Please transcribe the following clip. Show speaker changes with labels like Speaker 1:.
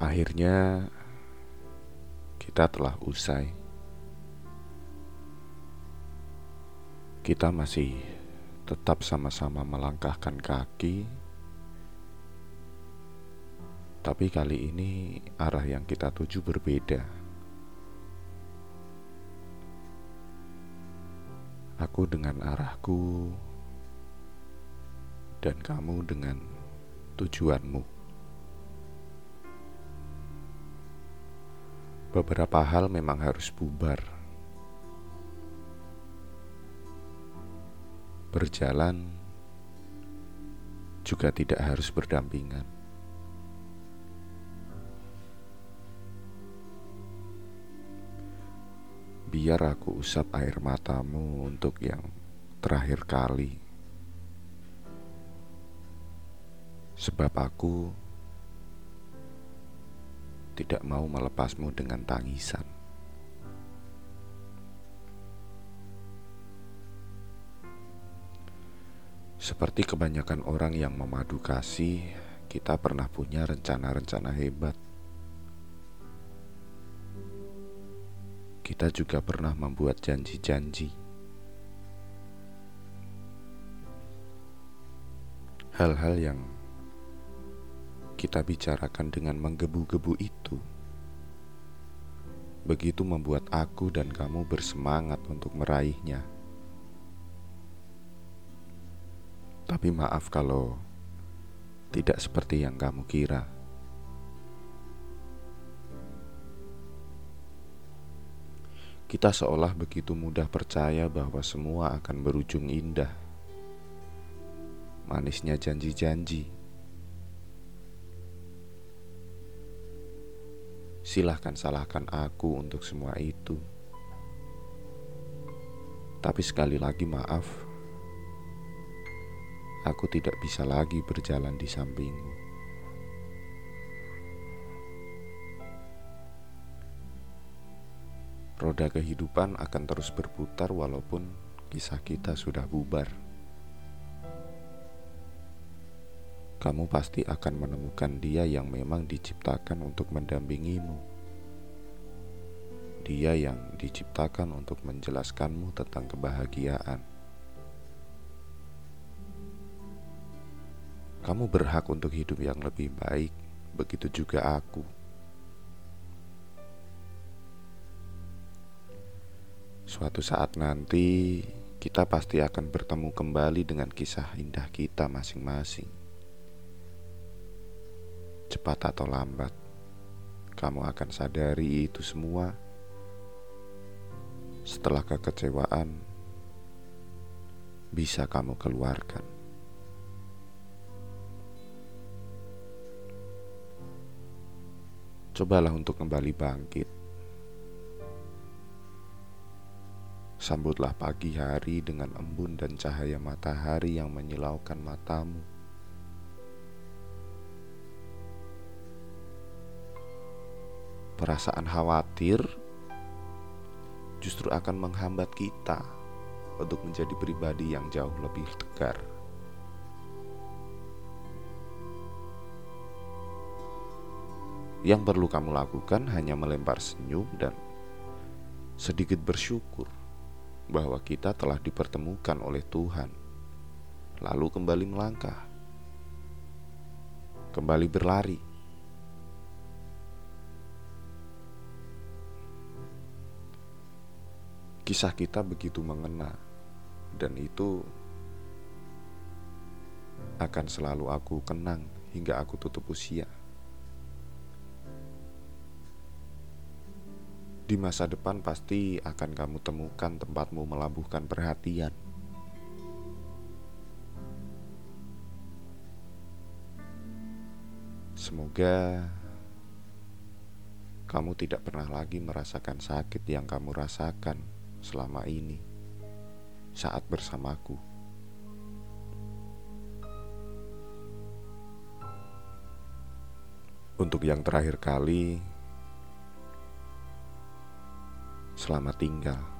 Speaker 1: Akhirnya kita telah usai. Kita masih tetap sama-sama melangkahkan kaki, tapi kali ini arah yang kita tuju berbeda. Aku dengan arahku dan kamu dengan tujuanmu. Beberapa hal memang harus bubar. Berjalan juga tidak harus berdampingan. Biar aku usap air matamu untuk yang terakhir kali. Sebab aku tidak mau melepasmu dengan tangisan. Seperti kebanyakan orang yang memadu kasih, kita pernah punya rencana-rencana hebat. Kita juga pernah membuat janji-janji. Hal-hal yang kita bicarakan dengan menggebu-gebu itu begitu membuat aku dan kamu bersemangat untuk meraihnya. Tapi maaf kalau tidak seperti yang kamu kira. Kita seolah begitu mudah percaya bahwa semua akan berujung indah. Manisnya janji-janji. Silahkan salahkan aku untuk semua itu. Tapi sekali lagi maaf, aku tidak bisa lagi berjalan di sampingmu. Roda kehidupan akan terus berputar walaupun kisah kita sudah bubar. Kamu pasti akan menemukan dia yang memang diciptakan untuk mendampingimu. Dia yang diciptakan untuk menjelaskanmu tentang kebahagiaan. Kamu berhak untuk hidup yang lebih baik, begitu juga aku. Suatu saat nanti, kita pasti akan bertemu kembali dengan kisah indah kita masing-masing. Cepat atau lambat, kamu akan sadari itu semua setelah kekecewaan bisa kamu keluarkan. Cobalah untuk kembali bangkit. Sambutlah pagi hari dengan embun dan cahaya matahari yang menyilaukan matamu. Perasaan khawatir justru akan menghambat kita untuk menjadi pribadi yang jauh lebih tegar. Yang perlu kamu lakukan hanya melempar senyum dan sedikit bersyukur bahwa kita telah dipertemukan oleh Tuhan, lalu kembali melangkah, kembali berlari. Kisah kita begitu mengena, dan itu akan selalu aku kenang hingga aku tutup usia. Di masa depan pasti akan kamu temukan tempatmu melabuhkan perhatian. Semoga kamu tidak pernah lagi merasakan sakit yang kamu rasakan selama ini saat bersamaku. Untuk yang terakhir kali, selamat tinggal.